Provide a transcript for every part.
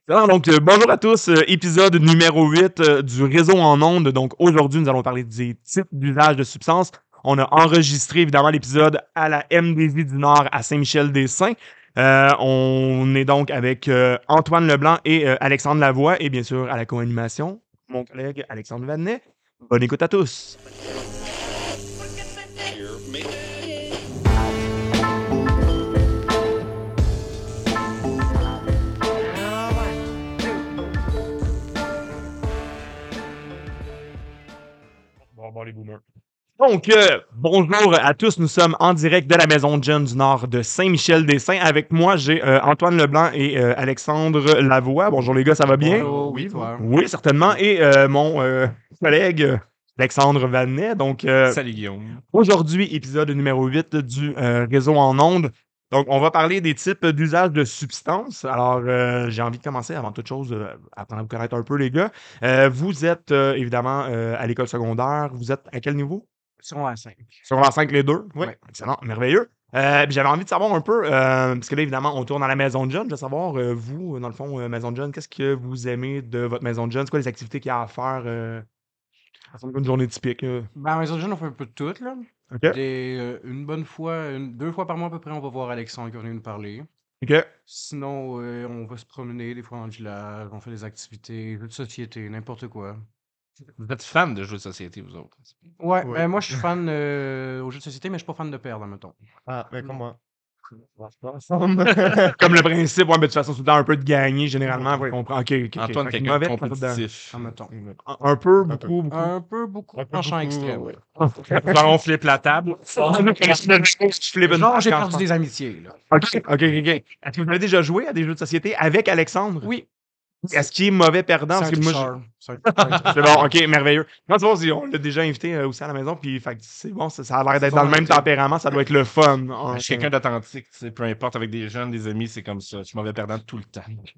Alors, donc, bonjour à tous, épisode numéro 8 du réseau en ondes. Donc, aujourd'hui, nous allons parler des types d'usage de substances. On a enregistré évidemment l'épisode à la MDV du Nord à Saint-Michel-des-Saints. On est donc avec Antoine Leblanc et Alexandre Lavoie, et bien sûr à la co-animation, mon collègue Alexandre Vanet. Bonne écoute à tous. Bon, les boomers. Donc, bonjour à tous. Nous sommes en direct de la Maison de Jeunes du Nord de Saint-Michel-des-Saints. Avec moi, j'ai Antoine Leblanc et Alexandre Lavoie. Bonjour les gars, ça va bien? Bonjour, oui, toi. Oui, certainement. Et mon collègue Alexandre Vanet. Donc, Salut Guillaume. aujourd'hui, épisode numéro 8 du réseau en ondes. Donc, on va parler des types d'usage de substances. Alors, j'ai envie de commencer avant toute chose, apprendre à vous connaître un peu, les gars. Vous êtes évidemment à l'école secondaire. Vous êtes à quel niveau? Secondaire 5. Secondaire 5, les deux? Oui. Ouais. Excellent, merveilleux. Puis j'avais envie de savoir un peu, parce que là, évidemment, on tourne à la maison de jeunes. Je veux savoir, vous, dans le fond, maison de jeunes, qu'est-ce que vous aimez de votre maison de jeunes? C'est quoi les activités qu'il y a à faire? Ça ressemble à une journée typique. Ben, à la maison de jeunes, on fait un peu de tout, là. OK? Une bonne fois, deux fois par mois à peu près, on va voir Alexandre qui va venir nous parler. OK? Sinon, on va se promener des fois dans le village, on fait des activités, jeux de société, n'importe quoi. Vous êtes fan de jeux de société, vous autres? Ouais, Ouais. ben moi je suis fan aux jeux de société, mais je suis pas fan de perdre, mettons. Ah, ben comme moi. Comme le principe, ouais, mais de toute façon, c'est tout le temps un peu de gagner, généralement, vous Oui. comprenez. OK. Antoine, Fait que quelqu'un de mauvais, pas dedans. compétitif. Mettons. Un peu, Un peu. beaucoup. Un peu beaucoup, Un peu en champ beaucoup, extrême. ouais. Genre, on flippe la table. Genre, j'ai perdu des amitiés, là. OK. Est-ce que vous avez déjà joué à des jeux de société avec Alexandre? Oui, Est-ce qu'il est mauvais perdant? c'est un Parce que moi, tricheur. C'est un c'est bon, OK, merveilleux. Non, c'est bon, on l'a déjà invité aussi à la maison, puis fait que c'est bon, ça a l'air d'être C'est dans le bon, même ok. tempérament, ça doit être le fun. Je suis quelqu'un d'authentique, tu sais, peu importe, avec des jeunes, des amis, c'est comme ça. Je suis mauvais perdant tout le temps.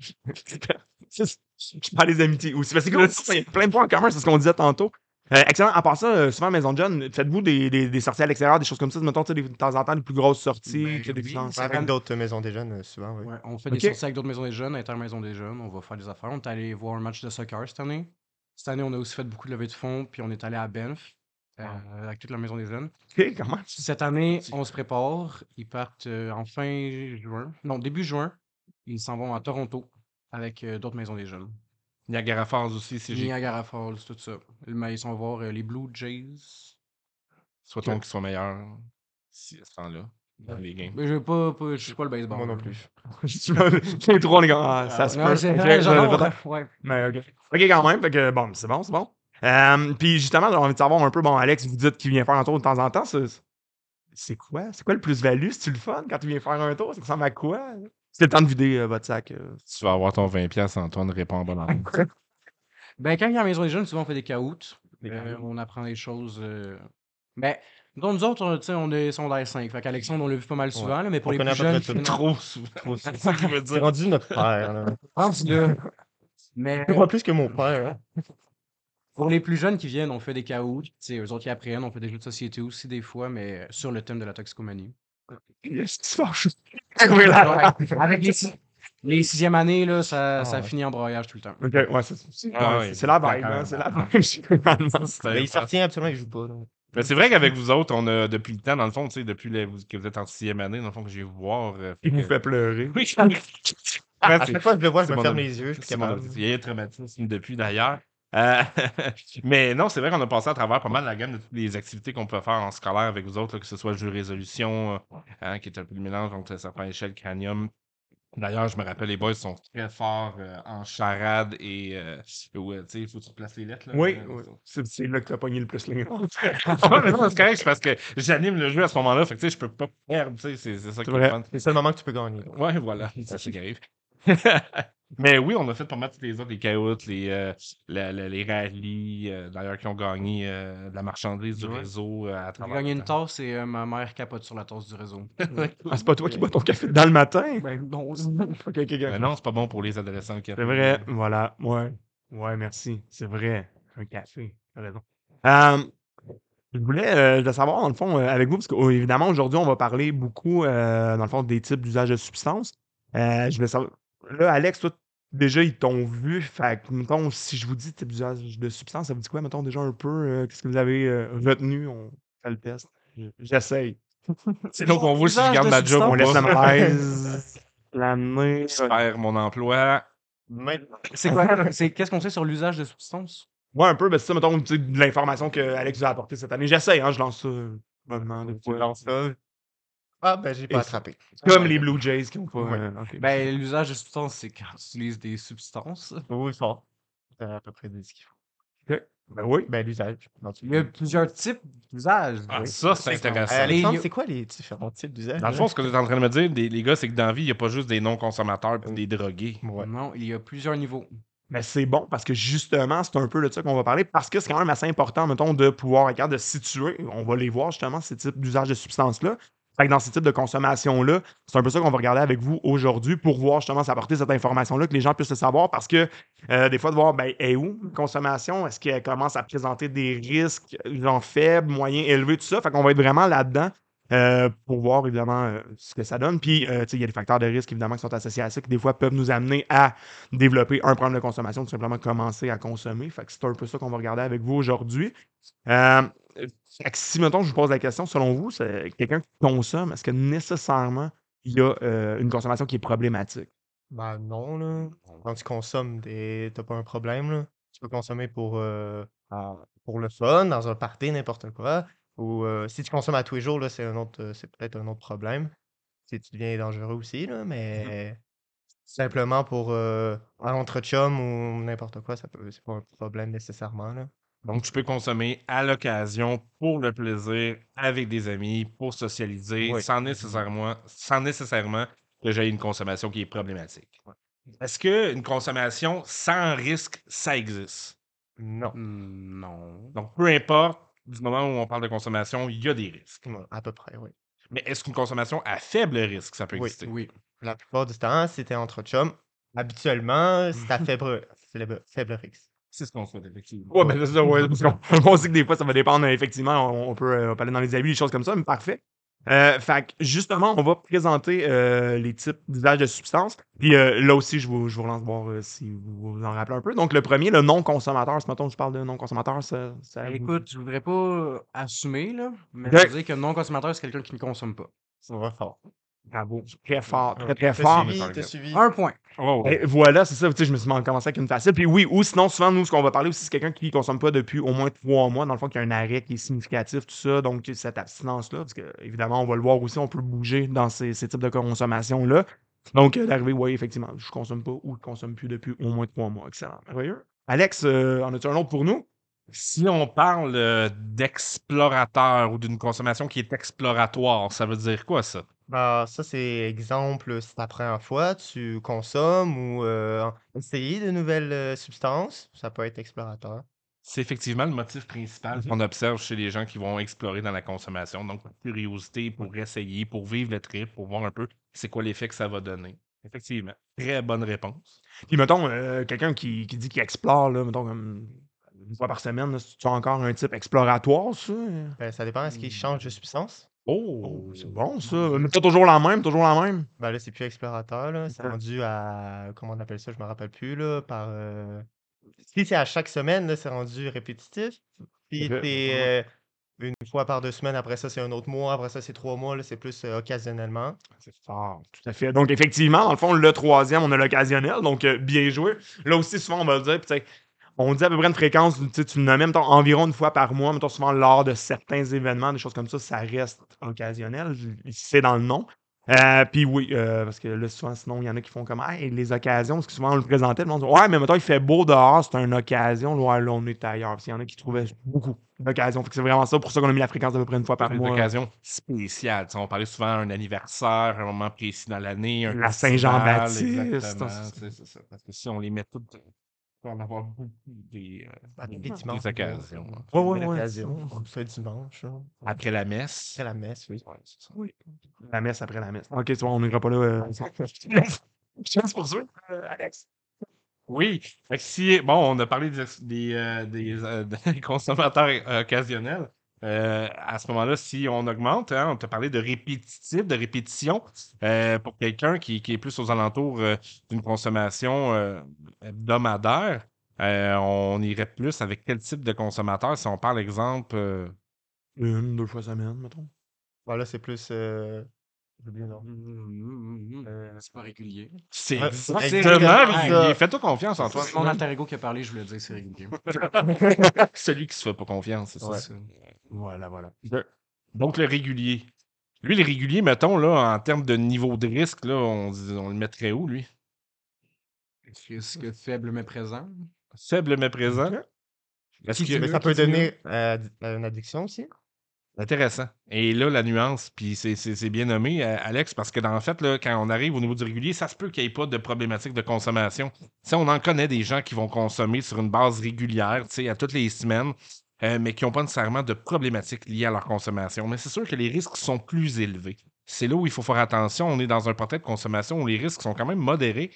Je parle des amitiés aussi. Parce que c'est cool, il y a plein de points en commun, c'est ce qu'on disait tantôt. Excellent. À part ça, souvent à Maison de Jeunes, faites-vous des sorties à l'extérieur, des choses comme ça? Mettons, tu sais, de temps en temps, les plus grosses sorties, Ben qu'il y a des oui, finances. ça Avec d'autres maisons des jeunes, souvent, oui. Ouais, on fait Ok. des sorties avec d'autres maisons des jeunes, intermaisons des jeunes, on va faire des affaires. On est allé voir un match de soccer cette année. Cette année, on a aussi fait beaucoup de levées de fonds, puis on est allé à Banff avec toute la maison des jeunes. OK, comment? Cette année, on se prépare. Ils partent en fin juin. Non, début juin. Ils s'en vont à Toronto avec d'autres maisons des jeunes. Niagara Falls aussi, si j'ai. Niagara Falls, tout ça. Mais ils s'en vont voir les Blue Jays. Souhaitons qu'ils soient meilleurs si, à ce temps-là, dans les games. Mais je suis pas le baseball. Moi non là. plus. Les trois, les gars, ça se Non, peut. c'est Ok, vrai, j'adore. j'adore. Ouais. Mais OK. OK, quand même. Fait que, bon, c'est bon. Puis justement, j'ai envie de savoir un peu, bon, Alex, vous dites qu'il vient faire un tour de temps en temps. C'est quoi? C'est quoi le plus-value? C'est-tu le fun quand tu viens faire un tour? Ça ressemble à quoi? C'est le temps de vider votre sac. Tu vas avoir ton 20$, Antoine répond en bon ordre. Ben, quand il y a la maison des jeunes, souvent on fait des caouts. Des caouts. On apprend des choses. Ben, nous autres, tu sais, on est secondaire 5. Fait qu'Alexandre, on l'a vu pas mal souvent, là, mais pour On les connaît plus à peu jeunes. près tout. Trop souvent. Trop C'est ça qu'il veut C'est dire. rendu notre père, là. Pense-le. Mais Pas plus que mon père, hein. pour les plus jeunes qui viennent, on fait des caouts. Tu sais, eux autres qui apprennent, on fait des jeux de société aussi des fois, mais sur le thème de la toxicomanie. Qu'est-ce qui se passe? Avec les sixième années, là, ça ouais. finit en broyage tout le temps. OK, ouais, c'est la vibe, hein, c'est la vibe. Mais il se retient absolument qu'il joue pas, là. Mais c'est vrai qu'avec vous autres, on a depuis le temps, dans le fond, tu sais, depuis que vous êtes en 6e année, dans le fond, que je vais vous voir. Il nous fait pleurer. Oui, À chaque fois que je le vois, je c'est me mon ferme ami. les yeux, je suis C'est mon capable. ami. Il y a un traumatisme depuis d'ailleurs. Mais non, c'est vrai qu'on a passé à travers pas mal la gamme de toutes les activités qu'on peut faire en scolaire avec vous autres, là, que ce soit le jeu résolution, qui est un peu le mélange entre serpent échelle, cranium. D'ailleurs, je me rappelle, les boys sont très forts en charade et où, tu sais, il faut que tu replaces les lettres. Là, Oui, c'est là que t'as pogné le plus les Ouais, mais non, c'est correct, c'est parce que j'anime le jeu à ce moment-là, fait que tu sais, je peux pas perdre, tu sais, c'est ça qui est vrai. le fun. C'est le seul moment que tu peux gagner. Ouais, voilà, c'est ça qui arrive. Mais oui, on a fait pas mal toutes les autres, les caouts, les rallyes, d'ailleurs, qui ont gagné de la marchandise du Ouais. réseau à J'ai travers. gagné le une temps. tasse et ma mère capote sur la tasse du réseau. Ah, c'est pas toi qui bois ton café dans le matin? Ben, non. OK. Mais non, c'est pas bon pour les adolescents qui C'est vrai, voilà. Ouais, merci. C'est vrai. Un café. T'as raison. Je voulais savoir, dans le fond, avec vous, parce qu'évidemment, aujourd'hui, on va parler beaucoup, dans le fond, des types d'usage de substances. Je voulais savoir. Là, Alex, toi, déjà, ils t'ont vu. Fait que, mettons, si je vous dis type d'usage de substance, ça vous dit quoi, mettons, déjà un peu, qu'est-ce que vous avez retenu? On fait le test. J'essaye. C'est là qu'on voit si je Usage garde de ma job On ou laisse pas. la malaise, l'amener. Je perds mon emploi. Maintenant. C'est quoi? Qu'est-ce qu'on sait sur l'usage de substances? Ouais, un peu, ben c'est ça, mettons, tu sais, de l'information que Alex vous a apportée cette année. J'essaye, hein, je lance ça bonnement des Tu fois. lances ça. Ah, ben, j'ai pas Et ça. attrapé. Comme Ah, les ok. Blue Jays qui ont pas. Ouais. Ok. Ben, l'usage de substances, c'est quand tu utilises des substances. Oui, fort. T'as à peu près dit ce qu'il faut. Ok. Ben oui. Ben, l'usage. Il y a plusieurs types d'usages. Ah, Oui. ça, c'est intéressant. Alexandre, Les- c'est quoi les différents types d'usage? Dans le fond, ce que tu es en train de me dire, les gars, c'est que dans la vie, il n'y a pas juste des non-consommateurs et des drogués. Ouais. Non, il y a plusieurs niveaux. Mais c'est bon parce que justement, c'est un peu de ça qu'on va parler parce que c'est quand même assez important, mettons, de pouvoir regarder, de situer. On va les voir justement, ces types d'usage de substances-là. Fait que dans ces types de consommation-là, c'est un peu ça qu'on va regarder avec vous aujourd'hui pour voir justement s'apporter cette information-là, que les gens puissent le savoir parce que des fois, de voir, ben, est où une consommation? Est-ce qu'elle commence à présenter des risques, genre faibles, moyens, élevés, tout ça? Fait qu'on va être vraiment là-dedans. Pour voir évidemment ce que ça donne. Puis, tu sais, il y a des facteurs de risque évidemment qui sont associés à ça qui des fois peuvent nous amener à développer un problème de consommation, tout simplement commencer à consommer. Fait que c'est un peu ça qu'on va regarder avec vous aujourd'hui. Fait que si, mettons, je vous pose la question, selon vous, c'est quelqu'un qui consomme, est-ce que nécessairement il y a une consommation qui est problématique? Ben, non, là. Quand tu consommes, t'as pas un problème, là. Tu peux consommer pour le fun, dans un party, n'importe quoi. Ou si tu consommes à tous les jours, là, c'est peut-être un autre problème. Si tu deviens dangereux aussi, là, mais simplement pour entre chum ou n'importe quoi, c'est pas un problème nécessairement, là. Donc, tu peux consommer à l'occasion, pour le plaisir, avec des amis, pour socialiser, Oui. sans nécessairement que j'aie une consommation qui est problématique. Est-ce qu'une consommation sans risque, ça existe? Non. Non. Donc, peu importe, du moment où on parle de consommation, il y a des risques. Ouais, à peu près, oui. Mais est-ce qu'une consommation à faible risque, ça peut Oui. exister? Oui. La plupart du temps, si t'es entre chum, habituellement, c'est à faible risque. C'est ce qu'on souhaite, effectivement. Ouais, ben c'est ça, ouais. Parce on sait que des fois, ça va dépendre, effectivement, on peut aller dans les abus, des choses comme ça, mais parfait. Fait que justement, on va présenter les types d'usage de substances. Puis là aussi, je vous relance voir si vous vous en rappelez un peu. Donc, le premier, le non-consommateur. Ce matin, je parle de non-consommateur, ça Ben, vous- écoute, je voudrais pas assumer, là, mais Ok. je veux dire qu'un non-consommateur, c'est quelqu'un qui ne consomme pas. Ça va fort. Bravo. Très fort, très, Ouais. très T'as fort. suivi, t'as suivi. Un point. Oh, Et voilà, c'est ça. Tu sais, je me suis commencé avec une facile. Puis oui, ou sinon, souvent, nous, ce qu'on va parler aussi, c'est quelqu'un qui ne consomme pas depuis au moins 3 mois. Dans le fond, qui a un arrêt qui est significatif, tout ça. Donc, cette abstinence-là, parce que évidemment, on va le voir aussi, on peut bouger dans ces types de consommation-là. Donc, d'arriver, oui, effectivement, je ne consomme pas ou je ne consomme plus depuis au moins 3 mois. Excellent. Merveilleux. Alex, en as-tu un autre pour nous? Si on parle d'explorateur ou d'une consommation qui est exploratoire, ça veut dire quoi, ça? Bah, ça, c'est exemple, c'est ta première fois, tu consommes ou essayer de nouvelles substances. Ça peut être explorateur. C'est effectivement le motif principal qu'on observe chez les gens qui vont explorer dans la consommation. Donc, la curiosité pour essayer, pour vivre le trip, pour voir un peu c'est quoi l'effet que ça va donner. Effectivement. Très bonne réponse. Puis, mettons, quelqu'un qui dit qu'il explore, là, mettons, comme une fois par semaine, là, c'est-tu encore un type exploratoire, ça? Ben, ça dépend, est-ce qu'il change de substance? Oh! C'est bon, ça. Mais pas toujours la même, toujours la même. Ben là, c'est plus explorateur, là. C'est Ok. rendu à, comment on appelle ça, je me rappelle plus, là, si c'est à chaque semaine, là, c'est rendu répétitif. Puis Ok. c'est une fois par 2 semaines, après ça, c'est un autre mois, après ça, c'est 3 mois, là, c'est plus occasionnellement. C'est fort, tout à fait. Donc, effectivement, dans le fond, le troisième, on a l'occasionnel, donc bien joué. Là aussi, souvent, on va le dire, puis, tu sais, on dit à peu près une fréquence, tu sais, tu le nommais, mettons, environ une fois par mois, mettons, souvent lors de certains événements, des choses comme ça reste occasionnel, c'est dans le nom. Puis oui, parce que là, souvent, sinon, il y en a qui font comme, hey, les occasions, parce que souvent, on le présentait, le monde dit, ouais, mais mettons, il fait beau dehors, c'est une occasion, ouais, là, on est ailleurs. Parce qu'il y en a qui trouvaient beaucoup d'occasions. Fait que c'est vraiment ça, pour ça qu'on a mis la fréquence d'à peu près une fois par Des mois. occasions spéciales. Tu sais, on parlait souvent d'un anniversaire, un moment précis dans l'année, un La festival, Saint-Jean-Baptiste, exactement. c'est C'est ça. Parce que si on les met toutes, on va en avoir beaucoup Ben, des dimanche, occasions. là, Ouais, c'est une ouais, belle ouais, occasion. C'est dimanche, là. Après la messe. Après la messe, oui. Ouais, c'est ça. Oui. La messe après la messe. Ok, tu vois, on n'ira pas là. Je laisse poursuivre, Alex. Oui. Fait que si, bon, on a parlé des consommateurs occasionnels. à ce moment-là, si on augmente, hein, on t'a parlé de répétitif, de répétition, pour quelqu'un qui est plus aux alentours d'une consommation hebdomadaire, on irait plus avec quel type de consommateur? Si on parle, exemple, 1, 2 fois semaine, mettons. Voilà, c'est plus. J'ai oublié le nom. C'est pas régulier. c'est Ouais, exactement régulier. ça. Fais-toi confiance, Antoine. C'est mon alter ego qui a parlé, je voulais dire c'est régulier. Celui qui se fait pas confiance, c'est Ouais. ça. Voilà, voilà. Donc, le régulier. Lui, le régulier, mettons, là, en termes de niveau de risque, là, on le mettrait où, lui? Risque faible mais présent. Faible mais présent. Ok. Est-ce Qui dit que... Mais mieux, ça qui peut dit mieux? donner une addiction aussi. Intéressant. Et là, la nuance, puis c'est bien nommé, Alex, parce que dans le fait, là, quand on arrive au niveau du régulier, ça se peut qu'il n'y ait pas de problématique de consommation. Tu sais, on en connaît des gens qui vont consommer sur une base régulière, tu sais, à toutes les semaines, mais qui n'ont pas nécessairement de problématiques liées à leur consommation. Mais c'est sûr que les risques sont plus élevés. C'est là où il faut faire attention. On est dans un portrait de consommation où les risques sont quand même modérés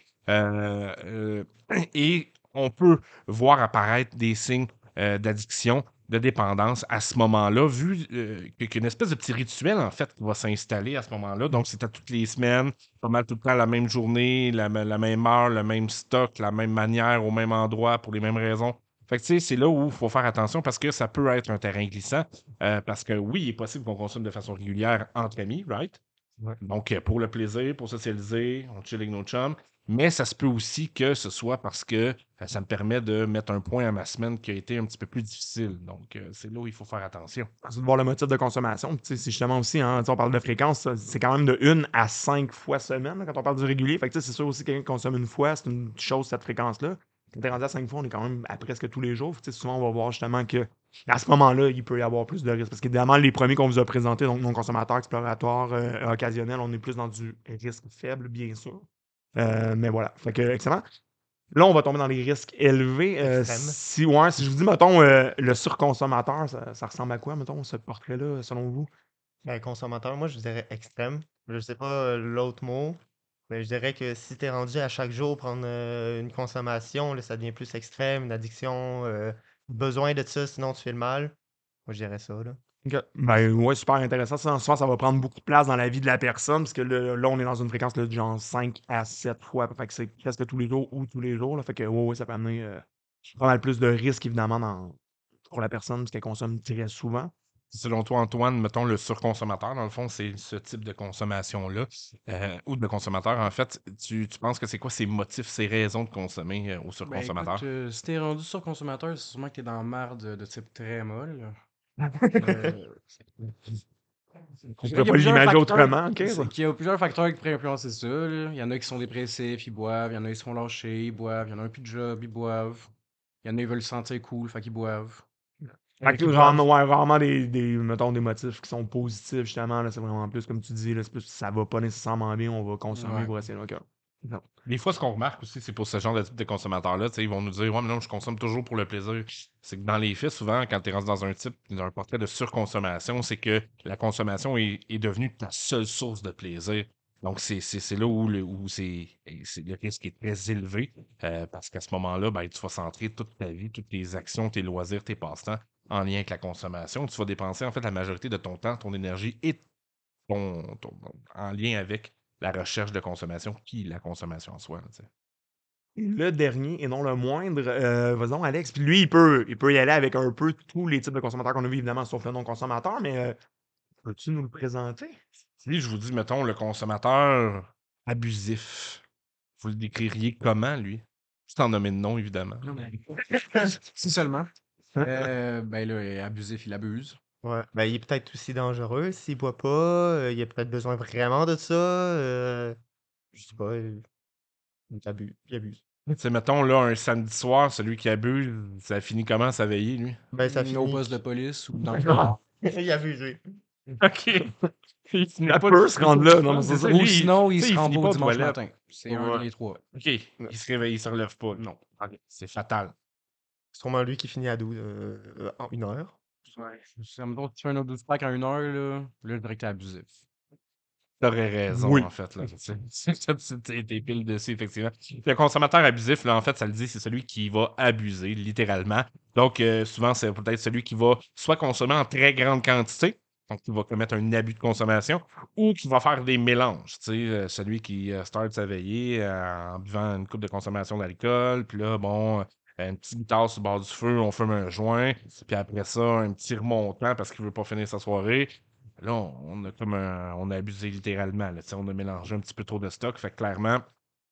et on peut voir apparaître des signes d'addiction de dépendance à ce moment-là, vu qu'il y a une espèce de petit rituel, en fait, qui va s'installer à ce moment-là. Donc, c'est à toutes les semaines, pas mal tout le temps la même journée, la même heure, le même stock, la même manière, au même endroit, pour les mêmes raisons. Fait que, tu sais, c'est là où il faut faire attention parce que ça peut être un terrain glissant. Parce que oui, il est possible qu'on consomme de façon régulière entre amis, right? Ouais. Donc, pour le plaisir, pour socialiser, on chill avec nos chums. Mais ça se peut aussi que ce soit parce que ça me permet de mettre un point à ma semaine qui a été un petit peu plus difficile. Donc, c'est là où il faut faire attention. C'est de voir le motif de consommation. Puis, tu sais, c'est justement aussi, hein, tu sais, on parle de fréquence, c'est quand même de 1 à 5 fois semaine là, quand on parle du régulier. Fait que, tu sais, c'est sûr aussi que quelqu'un qui consomme une fois, c'est une chose, cette fréquence-là. Quand t'es rendu à 5 fois, on est quand même à presque tous les jours. Fait que, tu sais, souvent, on va voir justement que à ce moment-là, il peut y avoir plus de risques. Parce qu'évidemment, les premiers qu'on vous a présentés, donc non-consommateurs, explorateurs, occasionnels, on est plus dans du risque faible, bien sûr. Mais voilà. Fait que, excellent. Là, on va tomber dans les risques élevés. Extrêmes. Si je vous dis, mettons, le surconsommateur, ça ressemble à quoi, mettons, ce portrait-là, selon vous? Ben, consommateur, moi, je dirais extrême. Je sais pas l'autre mot, mais je dirais que si tu es rendu à chaque jour prendre une consommation, là, ça devient plus extrême, une addiction, besoin de ça, sinon tu fais le mal. Moi, je dirais ça, là. OK. Ben, ouais, super intéressant. Ça, souvent, ça va prendre beaucoup de place dans la vie de la personne, parce que là, on est dans une fréquence là, de genre 5 à 7 fois. Fait que c'est presque tous les jours ou tous les jours. Là. Fait que, ouais, ça peut amener pas mal plus de risques, évidemment, pour la personne, parce qu'elle consomme très souvent. Selon toi, Antoine, mettons le surconsommateur, dans le fond, c'est ce type de consommation-là, ou de consommateur, en fait. Tu penses que c'est quoi ses motifs, ses raisons de consommer au Ben surconsommateur? écoute, si t'es rendu sur consommateur, c'est sûrement que t'es dans la merde de type très molle. Euh, On il pourrait y a pas plusieurs l'imaginer facteurs, autrement, OK? Ça? il y a plusieurs facteurs qui pourraient influencer ça, là. Il y en a qui sont dépressifs, ils boivent. Il y en a qui se font lâcher, ils boivent. Il y en a un plus de job, ils boivent. Il y en a, ils veulent se sentir cool, fait qu'ils boivent. Il y en Fait a que qui boivent. rarement mettons, des motifs qui sont positifs, justement. Là, c'est vraiment plus, comme tu dis, là, c'est plus, ça va pas nécessairement bien, on va consommer Ouais. pour essayer. OK. Non. Des fois, ce qu'on remarque aussi, c'est pour ce genre de type de consommateurs-là, tu sais, ils vont nous dire, ouais, mais non, je consomme toujours pour le plaisir. C'est que dans les faits, souvent, quand tu es rendu dans dans un portrait de surconsommation, c'est que la consommation est devenue ta seule source de plaisir. Donc, c'est là où, le risque est très élevé, parce qu'à ce moment-là, ben, tu vas centrer toute ta vie, toutes tes actions, tes loisirs, tes passe-temps en lien avec la consommation. Tu vas dépenser, en fait, la majorité de ton temps, ton énergie et en lien avec la recherche de consommation, puis la consommation en soi, là, tu sais. Et le dernier, et non le moindre, vas-y, Alex. Puis lui, il peut y aller avec un peu tous les types de consommateurs qu'on a vu, évidemment, sauf le non-consommateur, mais peux-tu nous le présenter? Si je vous dis, mettons, le consommateur abusif, vous le décririez comment, lui? Juste en nommer de nom, évidemment. Non, mais- Si seulement. Ben là, il est abusif, il abuse. Ouais. Ben, il est peut-être aussi dangereux s'il boit pas. Il a peut-être besoin vraiment de ça. Je sais pas. Il abuse. Il abuse. Tu sais, mettons, là, un samedi soir, celui qui abuse, ça finit comment sa veillée, lui? Ben, ça Au finit. poste de police ou dans le Il a abusé. OK. Il finit Ça pas peut se rendre là, non, mais c'est ça. Ou lui, sinon, tu il sais, se il rend finit pas pas au aux dimanche toilettes. matin. C'est un Ouais. des trois. OK. Il se réveille, il se relève pas. Non. OK. C'est fatal. C'est sûrement lui qui finit à 12 en 1 heure. Ouais. Si, mettons, tu fais un autre 12 pack en 1 heure, là, je dirais que t'es abusif. T'aurais raison, Oui. en fait. Là. T'es pile dessus, effectivement. Le consommateur abusif, là, en fait, ça le dit, c'est celui qui va abuser, littéralement. Donc, souvent, c'est peut-être celui qui va soit consommer en très grande quantité, donc qui va commettre un abus de consommation, ou qui va faire des mélanges. Tu sais, celui qui start sa veillée en buvant une coupe de consommation d'alcool, puis là, bon, une petite guitare sur le bord du feu, on fume un joint, puis après ça, un petit remontant parce qu'il veut pas finir sa soirée. Là, on a abusé littéralement. Là, tu sais, on a mélangé un petit peu trop de stock. Fait que clairement,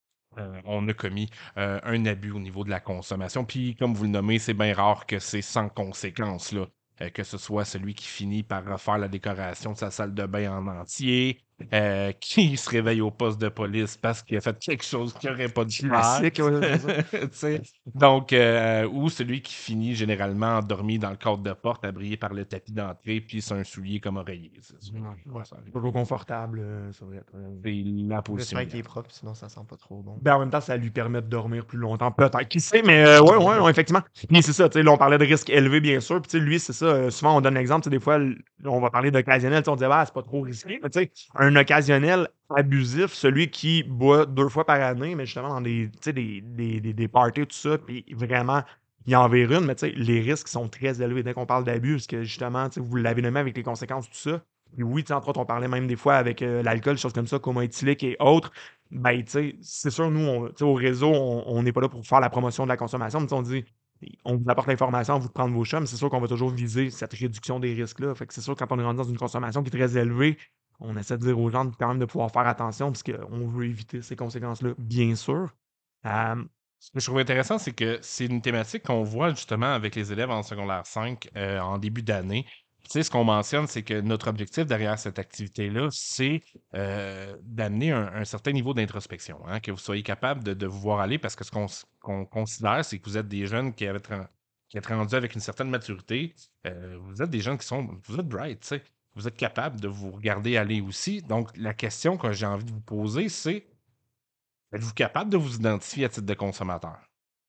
on a commis un abus au niveau de la consommation. Puis, comme vous le nommez, c'est bien rare que c'est sans conséquence, là. Que ce soit celui qui finit par refaire la décoration de sa salle de bain en entier, qui se réveille au poste de police parce qu'il a fait quelque chose qu'il n'aurait pas dû faire. Classique, ouais, c'est ça. Tu sais. Donc, ou celui qui finit généralement endormi dans le cadre de porte, abrillé par le tapis d'entrée, puis c'est un soulier comme oreiller. C'est ça. Ouais. Ça arrive. Toujours confortable, ça va être. C'est la position. J'espère qu'il est idéale. propre, sinon ça sent pas trop bon. Ben, en même temps, ça lui permet de dormir plus longtemps, peut-être. Qui sait, mais ouais, effectivement. Puis c'est ça, tu sais, là, on parlait de risque élevé, bien sûr. Puis, tu sais, lui, c'est ça. Souvent, on donne l'exemple, tu sais, des fois, on va parler d'occasionnel, tu sais, on dit, ah, c'est pas trop risqué. Mais, tu sais, un occasionnel abusif, celui qui boit 2 fois par année, mais justement, dans des, tu sais, des parties, tout ça, puis vraiment, il en verra une, mais tu sais, les risques sont très élevés dès qu'on parle d'abus, parce que justement, tu sais, vous l'avez nommé avec les conséquences, tout ça. Puis oui, tu sais, entre autres, on parlait même des fois avec l'alcool, des choses comme ça, coma éthylique et autres. Ben, tu sais, c'est sûr, nous, tu sais, au réseau, on n'est pas là pour faire la promotion de la consommation, mais tu sais, on dit, on vous apporte l'information, on vous prendre vos chums, c'est sûr qu'on va toujours viser cette réduction des risques-là. Fait que c'est sûr, quand on est rendu dans une consommation qui est très élevée, on essaie de dire aux gens quand même de pouvoir faire attention, parce qu'on veut éviter ces conséquences-là, bien sûr. Euh, Ce que je trouve intéressant, c'est que c'est une thématique qu'on voit justement avec les élèves en secondaire 5 en début d'année. Tu sais, ce qu'on mentionne, c'est que notre objectif derrière cette activité-là, c'est d'amener un certain niveau d'introspection, hein, que vous soyez capable de vous voir aller, parce que ce qu'on considère, c'est que vous êtes des jeunes qui êtes rendus avec une certaine maturité. Vous êtes des jeunes vous êtes bright, tu sais. Vous êtes capable de vous regarder aller aussi. Donc, la question que j'ai envie de vous poser, c'est êtes-vous capable de vous identifier à titre de consommateur?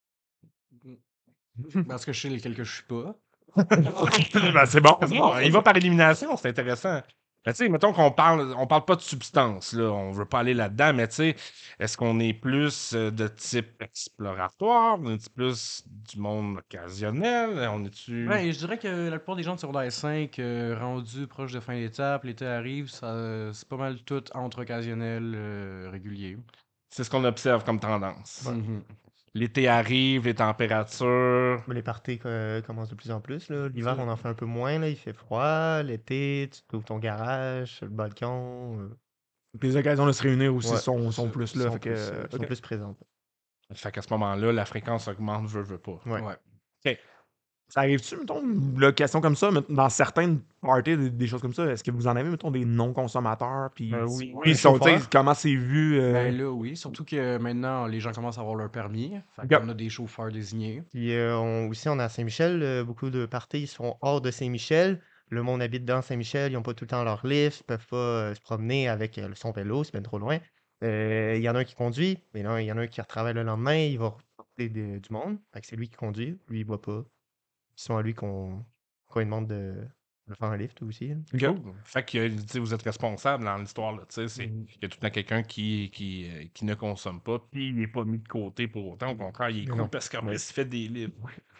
Parce que je sais lesquels que je suis pas. ben, c'est bon. Il va par élimination, c'est intéressant. Tu sais, mettons on parle pas de substance, là, on veut pas aller là-dedans, mais tu sais, est-ce qu'on est plus de type exploratoire, on est plus du monde occasionnel, on est-tu... Ouais, je dirais que la plupart des gens de secondaire 5, rendus proches de fin d'étape, l'été arrive, c'est pas mal tout entre occasionnel, régulier. C'est ce qu'on observe comme tendance. Mhm. L'été arrive, les températures... Mais les parties commencent de plus en plus, là. L'hiver, on en fait un peu moins, là. Il fait froid. L'été, tu ouvres ton garage, sur le balcon. Les occasions de se réunir aussi Ouais, sont plus là. sont Fait que, plus, sont ok. plus présentes. Fait qu'à ce moment-là, la fréquence augmente, veut pas. Ouais. Ouais. Ça arrive-tu, mettons, une question comme ça, dans certaines parties, des choses comme ça, est-ce que vous en avez, mettons, des non-consommateurs? Puis, Oui. ils sont, tu sais, Chauffeurs. comment c'est vu? Ben là, oui. Surtout que maintenant, les gens commencent à avoir leur permis. Fait Ok. qu'on a des chauffeurs désignés. Puis aussi, on est à Saint-Michel. Beaucoup de parties sont hors de Saint-Michel. Le monde habite dans Saint-Michel. Ils n'ont pas tout le temps leur lift. Ils peuvent pas se promener avec son vélo. C'est bien trop loin. Il y en a un qui conduit. Mais là, il y en a un qui retravaille le lendemain. Il va reporter du monde. Fait que c'est lui qui conduit. Lui, il boit pas. C'est souvent à lui qu'on lui demande de faire un lift aussi, là. Ok. Cool. Fait que tu sais, vous êtes responsable dans l'histoire. Là, tu sais, il y a tout le temps quelqu'un qui ne consomme pas, puis il n'est pas mis de côté pour autant. Au contraire, il est Mais cool non. parce qu'en plus, il fait des livres.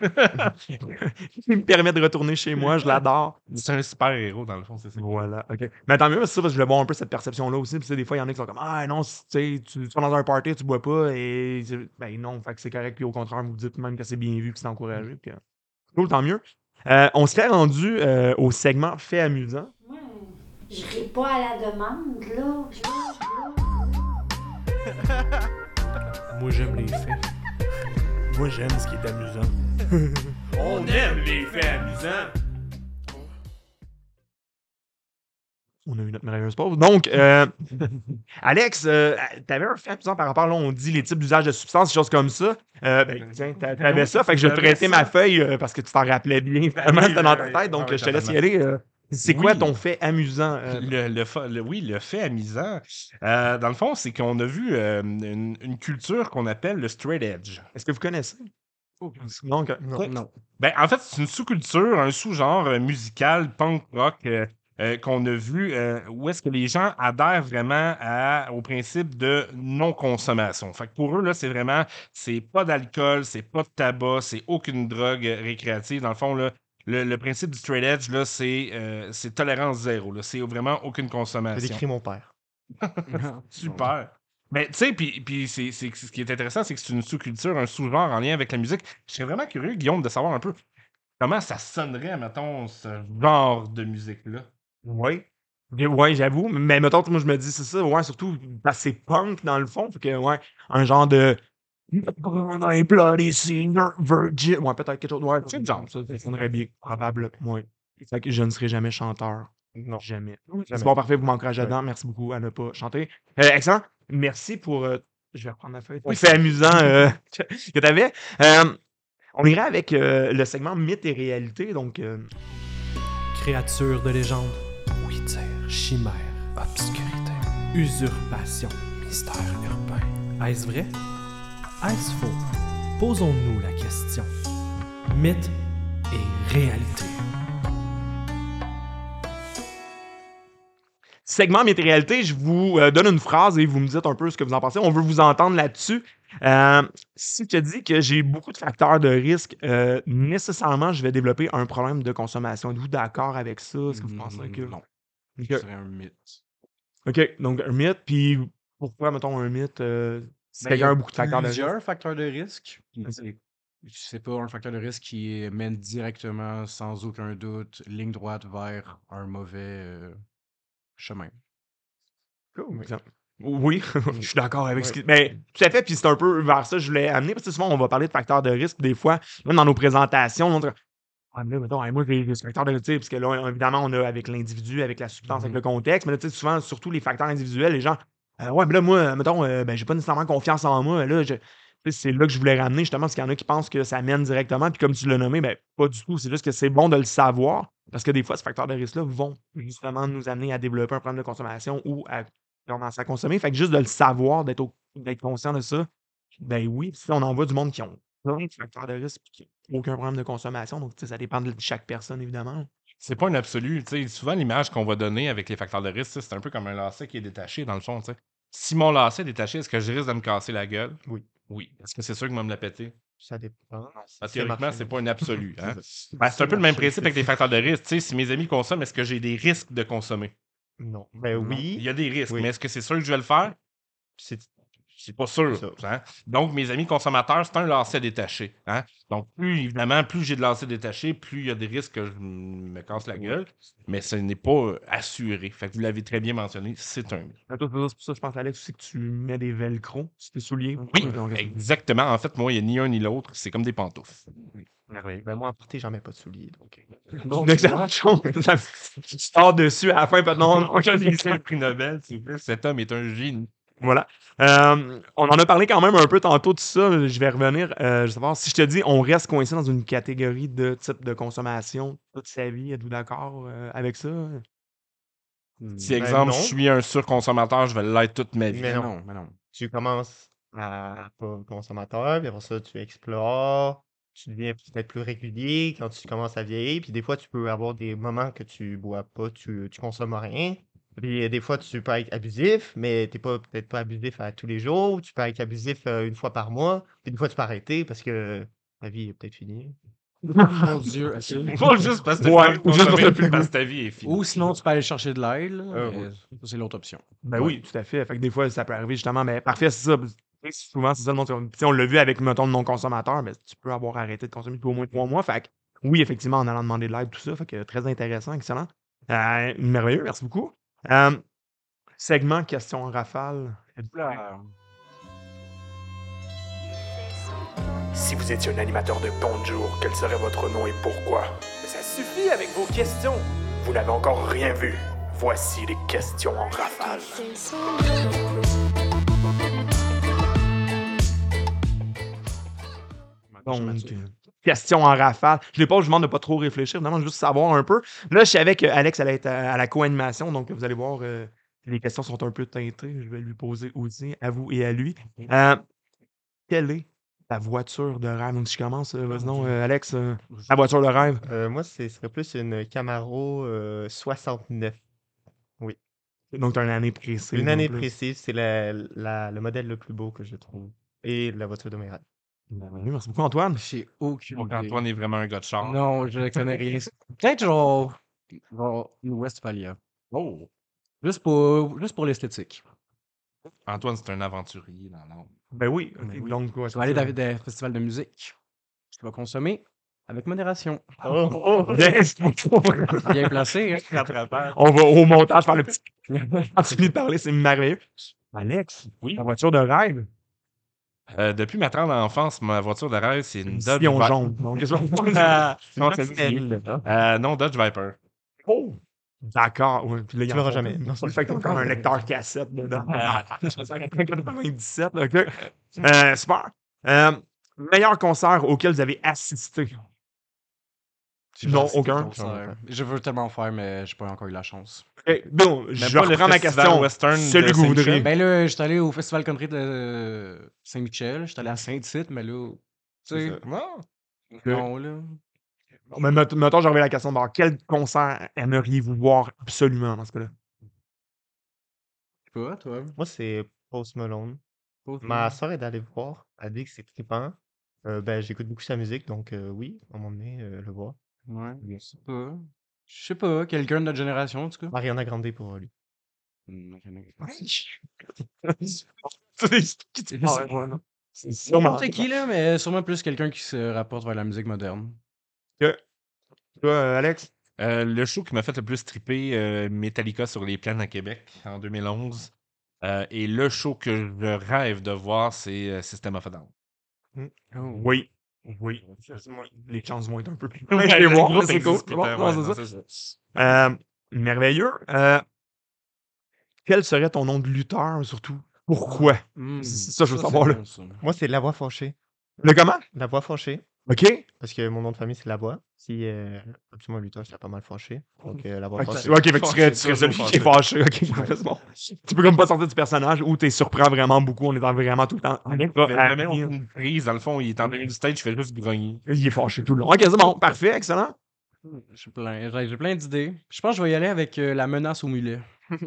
Il me permet de retourner chez moi, je l'adore. C'est un super héros, dans le fond, c'est ça. Voilà, ok. Mais tant mieux, c'est ça, parce que je voulais voir un peu cette perception-là aussi. Puis, tu sais, des fois, il y en a qui sont comme, ah non, tu sais, tu vas dans un party, tu bois pas, et ben non, fait que c'est correct. Puis au contraire, vous dites même que c'est bien vu, puis c'est encouragé. Puis, cool, tant mieux. On serait rendu au segment fait amusant. Moi, je ris pas à la demande, là. Moi, j'aime les faits. Moi, j'aime ce qui est amusant. On aime les faits amusants. On a eu notre merveilleuse pause. Donc, Alex, t'avais un fait amusant par rapport, là, on dit les types d'usage de substances, des choses comme ça. Ben, tiens, t'avais ça, fait que je vais te prêter ma feuille parce que tu t'en rappelais bien, vraiment, c'était dans ta tête, donc je te laisse y aller. C'est quoi ton fait amusant? Oui, le fait amusant. Dans le fond, c'est qu'on a vu une culture qu'on appelle le straight edge. Est-ce que vous connaissez? Donc, Non. Non. Ben, en fait, c'est une sous-culture, un sous-genre musical, punk rock, qu'on a vu où est-ce que les gens adhèrent vraiment au principe de non-consommation. Fait que pour eux, là, c'est pas d'alcool, c'est pas de tabac, c'est aucune drogue récréative. Dans le fond, là, le principe du straight edge, là, c'est tolérance zéro. Là. C'est vraiment aucune Je consommation. décris mon père. Super. Mais tu sais, puis ce qui est intéressant, c'est que c'est une sous-culture, un sous-genre en lien avec la musique. Je serais vraiment curieux, Guillaume, de savoir un peu comment ça sonnerait, mettons, ce genre de musique-là. Oui. Ouais, j'avoue. Mais mettons, moi, je me dis, c'est ça, ouais, surtout, parce que c'est punk dans le fond. Fait que, ouais, un genre de. Un bloody singer, virgin. Ouais, peut-être quelque chose. Ouais, c'est le genre, ça sonnerait bien. Probable. Ouais. Fait que je ne serai jamais chanteur. Non, Jamais. C'est jamais. bon, parfait, vous m'encouragez Ouais. dedans. Merci beaucoup à ne pas chanter. Excellent. Merci pour. Je vais reprendre ma feuille. Oui. C'est amusant que tu avais. On irait avec le segment mythe et réalité. Donc, Créature de légende, oui-dire, chimère, obscurité, usurpation, mystère urbain. Est-ce vrai? Est-ce faux? Posons-nous la question. Mythe et réalité. segment mythe et réalité, je vous donne une phrase et vous me dites un peu ce que vous en pensez. On veut vous entendre là-dessus. Si je te dis que j'ai beaucoup de facteurs de risque, nécessairement, je vais développer un problème de consommation. Êtes-vous d'accord avec ça? Est-ce que vous pensez que. Non, Ok. ce serait un mythe. OK, donc un mythe, puis pourquoi, mettons, un mythe? Si Ben, il y quelqu'un a a beaucoup de facteurs de risque. plusieurs facteurs de risque. puis Ok. c'est pas un facteur de risque qui mène directement, sans aucun doute, ligne droite vers un mauvais chemin. Cool. Oui, je suis d'accord avec ce Oui. qui. Ben, tout à fait, puis c'est un peu vers ça que je voulais amener, parce que souvent, on va parler de facteurs de risque, des fois, même dans nos présentations, on dit ah, mais là, mettons, hey, moi, j'ai ce facteur de risque, parce que là, évidemment, on a avec l'individu, avec la substance, avec le contexte, mais là, tu sais, souvent, surtout les facteurs individuels, les gens, ouais, mais là, moi, mettons, ben, j'ai pas nécessairement confiance en moi, là, tu sais, c'est là que je voulais ramener, justement, parce qu'il y en a qui pensent que ça mène directement, puis comme tu l'as nommé, ben, pas du tout, c'est juste que c'est bon de le savoir, parce que des fois, ces facteurs de risque-là vont justement nous amener à développer un problème de consommation ou à commencer à consommer. Fait que juste de le savoir, d'être conscient de ça, ben oui, si on en voit du monde qui ont plein de facteurs de risque et qui n'ont aucun problème de consommation. Donc, tu sais, ça dépend de chaque personne, évidemment. C'est pas un absolu. Tu sais, souvent, l'image qu'on va donner avec les facteurs de risque, tu sais, c'est un peu comme un lacet qui est détaché, dans le fond. Tu sais. Si mon lacet est détaché, est-ce que je risque de me casser la gueule? Oui. Oui. Est-ce que c'est sûr que je vais me la péter? Ça dépend. Théoriquement, c'est pas un absolu. Hein? C'est Ben, c'est un peu le même marché. principe avec les facteurs de risque. Tu sais, si mes amis consomment, est-ce que j'ai des risques de consommer? Non. Ben Non. oui. Il y a des risques, Oui. mais est-ce que c'est sûr que je vais le faire? C'est pas sûr. C'est Hein? Donc, mes amis consommateurs, c'est un lacet détaché. Hein? Donc, évidemment, plus j'ai de lacets détachés, plus il y a des risques que je me casse la gueule, mais ce n'est pas assuré. Fait que vous l'avez très bien mentionné, c'est un mythe. C'est pour ça, je pense, Alex, aussi que tu mets des velcro sur tes souliers. Oui, exactement. En fait, moi, il n'y a ni un ni l'autre. C'est comme des pantoufles. Ben moi, en partie, j'en mets pas de souliers. Donc, Donc, une excellente chose. Tu sors dessus à la fin, non, C'est le prix Nobel, s'il vous plaît. Cet homme est un génie. Voilà. On en a parlé quand même un peu tantôt de ça. Je vais revenir. Je veux savoir, si je te dis, on reste coincé dans une catégorie de type de consommation toute sa vie, êtes-vous d'accord avec ça? Si, Ben exemple, non. je suis un surconsommateur, je vais l'être toute ma vie. Mais Mais non. non, mais non. Tu commences à pas consommateur, puis après ça, tu explores, tu deviens peut-être plus régulier quand tu commences à vieillir, puis des fois, tu peux avoir des moments que tu bois pas, tu consommes rien. Puis des fois, tu peux être abusif, mais t'es peut-être pas abusif à tous les jours. Tu peux être abusif une fois par mois. Puis des fois, tu peux arrêter parce que ta vie est peut-être finie. Mon Dieu. Pas juste parce que Ouais, tu ou juste parce que plus parce que ta vie est finie. Ou sinon, tu peux aller chercher de l'aide. là, Ah, mais ça, c'est l'autre option. Ben oui, tout à fait. Fait que des fois, ça peut arriver justement. Mais parfait, c'est ça. Tu sais, souvent, c'est ça le monde. Puis on l'a vu avec, mettons, le non-consommateur, mais tu peux avoir arrêté de consommer depuis au moins 3 mois. Fait que oui, effectivement, en allant demander de l'aide, tout ça. Fait que très intéressant, excellent. Merveilleux, merci beaucoup. Segment question en rafale. Êtes-vous là? Si vous étiez un animateur de Bonjour, quel serait votre nom et pourquoi? Mais ça suffit avec vos questions! Vous n'avez encore rien vu. Voici les questions en rafale. Donc, question en rafale. Je les pose, je vous demande de pas trop réfléchir, vraiment juste savoir un peu. Là, je savais qu'Alex allait être à la co-animation, donc vous allez voir, les questions sont un peu teintées. Je vais lui poser aussi, à vous et à lui. Quel est Ta voiture de rêve. Donc, si je commence, vas-y donc, Alex, ta voiture de rêve. Moi, ce serait plus une Camaro 69. Oui. Donc, t'as une année précise. Une en année plus. précise, c'est le modèle le plus beau que je trouve. Et la voiture de mes rêves. Ben, oui, merci beaucoup, Antoine. J'ai aucune Donc, idée. Antoine est vraiment un gars de char. Non, je connais rien. Peut-être genre une Westphalia. Oh! Juste pour l'esthétique. Antoine, c'est un aventurier dans l'âme. Ben oui. Ben ok, oui. Donc, ouais, Tu vas aller dans des festivals de musique. Tu vas consommer avec modération. Yes! Bien placé, hein? On va au montage faire le petit. Quand tu finis de parler, c'est merveilleux. Alex, Oui. ta voiture de rêve. Depuis ma tendre enfance, ma voiture de rêve, c'est une Dodge Sion Viper. jaune. Donc, qu'est-ce Non, c'est non, Dodge Viper. Oh! D'accord. Ouais, puis là, il Tu en l'auras faut jamais. comme- Non, C'est le fait que t'as comme un lecteur cassette dedans. Ah. 97, OK. Super. Meilleur concert auquel vous avez assisté? Non, aucun. Je veux tellement en faire, mais j'ai pas encore eu la chance. OK, bon, je pas le reprends ma festival question. western Celui de que vous voudriez. Saint-Michel? Ben là, j'étais allé au Festival Country de Saint-Michel. J'étais allé à Saint-Tite, mais là, tu sais, Non. non, là. Mais mettons, je reviens à la question. Alors, quel concert aimeriez-vous voir absolument dans ce cas-là? Je sais pas, toi. Moi, c'est Post Malone. Ma soeur est allée le voir. Elle dit que c'est trippant. Ben, j'écoute beaucoup sa musique, donc oui, à un moment donné, le voir. Ouais, je sais pas. Je sais pas, quelqu'un de notre génération, en tout cas. Mariana Grande pour lui. C'est sûrement. N'importe qui, là, mais sûrement plus quelqu'un qui se rapporte vers la musique moderne. Toi, Alex? Le show qui m'a fait le plus triper, Metallica sur les plaines à Québec en 2011. Et le show que je rêve de voir, c'est System of a Down. Oui. Oui. Les chances vont être un peu plus. Ouais, Je vais le voir, groupe c'est cool. existe C'est bon, pas, non, ouais, c'est non, ça. c'est ça. Merveilleux. Quel serait ton nom de lutteur, surtout? Pourquoi? C'est ça, je veux savoir, là. bon, ça. Moi, c'est La Voix Fâchée. Le comment? La Voix Fâchée. OK? Parce que mon nom de famille, c'est La Voix. Si absolument lutteur, j'étais pas mal fâché. Donc, La Voix Ok, Fâchée. ok, fait que tu serais Fâché, celui qui est fâché. Ok, c'est bon. Tu peux comme pas sortir du personnage ou t'es surprends vraiment beaucoup en étant vraiment tout le temps. Mais on une prise, dans le fond, il est en milieu du stage, il fait juste grogner. Il est fâché tout le long. Ok, c'est bon. Parfait, excellent. J'ai plein d'idées. Je pense que je vais y aller avec la menace au mulet.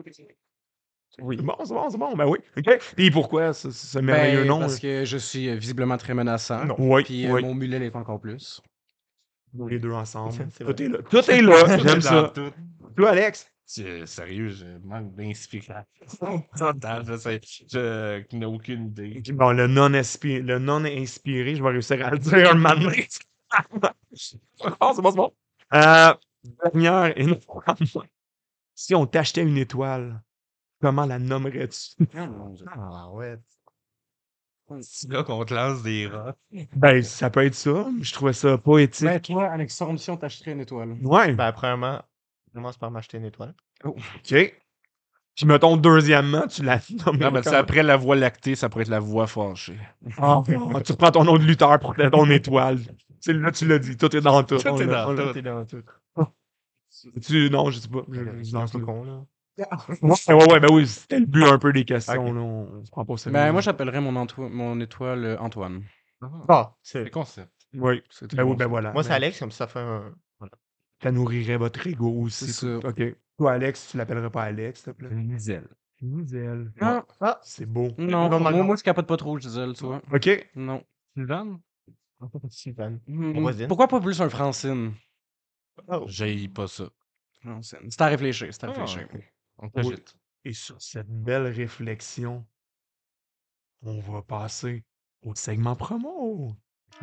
Oui. C'est bon. Ben oui. OK. Puis pourquoi ce merveilleux nom? Parce que je suis visiblement très menaçant. Oui, Puis oui. mon mulet l'est encore plus. Les deux ensemble. C'est Tout vrai. est là. Tout est là. J'aime Dans ça. tout. Toi, Alex? Sérieux, je manque d'inspiration. Total, je n'ai aucune idée. Ok, bon, le non-inspiré, je vais réussir à le dire un moment donné. C'est bon. Dernière et si on t'achetait une étoile, comment la nommerais-tu? Ah, ouais. C'est là qu'on te lance des rats. Ben, ça peut être ça. Mais je trouvais ça poétique. Ben, toi, Alexandre, si on t'achèterait une étoile. Ouais. Ben, premièrement, je commence par m'acheter une étoile. OK. Puis mettons, deuxièmement, tu la nommes. Non, mais c'est après la voie lactée, ça pourrait être la voie fâchée. Tu reprends ton nom de lutteur pour ton étoile. Là, tu l'as dit. Tout est dans tout. Tout est dans tout. T'es dans tout. Non, je sais pas. C'est un peu con, là. Ouais, ben oui, c'était le but un peu des questions. Ok. Là, on se prend pas ça. Ben, moi, j'appellerais mon étoile Antoine. Ah, C'est concept. Oui. C'est très Ben oui, bon, ben ça. voilà. moi, c'est Mais Alex, comme ça fait un. ça nourrirait votre ego aussi. C'est ça. OK. Toi, Alex, tu l'appellerais pas Alex, s'il te plaît? Gisèle. Gisèle. Non, C'est beau. non, Normalement. moi, je capote pas trop, Gisèle, tu vois. OK. Non. Sylvain? Sylvain. Mhm. voisine. Pourquoi pas plus un Francine? Oh. J'ai pas ça. Francine. C'est à réfléchir, c'est à réfléchir. On t'agite. Et sur cette belle réflexion, on va passer au segment promo.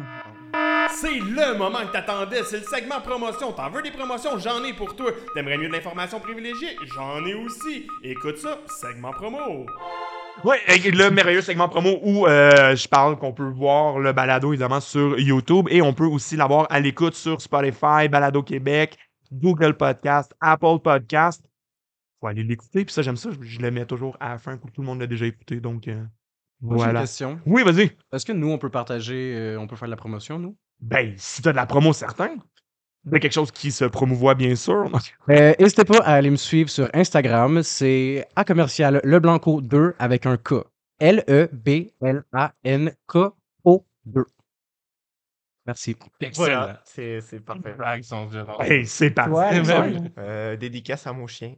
C'est le moment que t'attendais, c'est le segment promotion. T'en veux des promotions? J'en ai pour toi. T'aimerais mieux de l'information privilégiée? J'en ai aussi. Écoute ça, segment promo. Oui, le merveilleux segment promo où je parle qu'on peut voir le balado évidemment sur YouTube et on peut aussi l'avoir à l'écoute sur Spotify, Balado Québec, Google Podcast, Apple Podcast. Faut aller l'écouter, puis ça, j'aime ça. Je le mets toujours à la fin pour que tout le monde l'a déjà écouté. Donc, Moi, j'ai une voilà. question. Oui, vas-y. Est-ce que nous, on peut partager, on peut faire de la promotion, nous? Ben, si t'as de la promo, certain. C'est quelque chose qui se promouvoit, bien sûr. N'hésitez pas à aller me suivre sur Instagram. C'est @leblanco2 avec un K. LEBLANKO2. 2. Merci. Voilà, c'est parfait. Blagues sont généreuses. Hey, c'est parti. Toi, Ben oui. Dédicace à mon chien.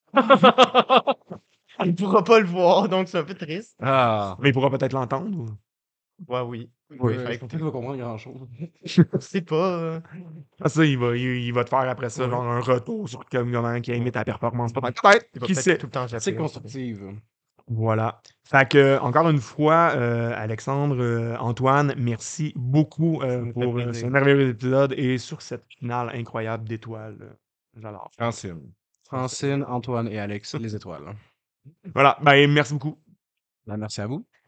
Il pourra pas le voir, donc c'est un peu triste. Ah. Mais il pourra peut-être l'entendre. Ouais, oui. Oui, Il je fallait pense pas qu'il va comprendre grand-chose. Je sais pas. Ah, ça, il va te faire après ça, Ouais. genre un retour sur comment qui a aimé ta performance. Peut-être, Il va qui peut-être sait. tout le temps C'est japper. constructive. Voilà. Fait que, encore une fois, Alexandre, Antoine, merci beaucoup me fait pour plaisir. ce merveilleux épisode et sur cette finale incroyable d'étoiles. J'adore. Francine. Francine, Antoine et Alex, les étoiles. Voilà. Ben, merci beaucoup. Ben, merci à vous.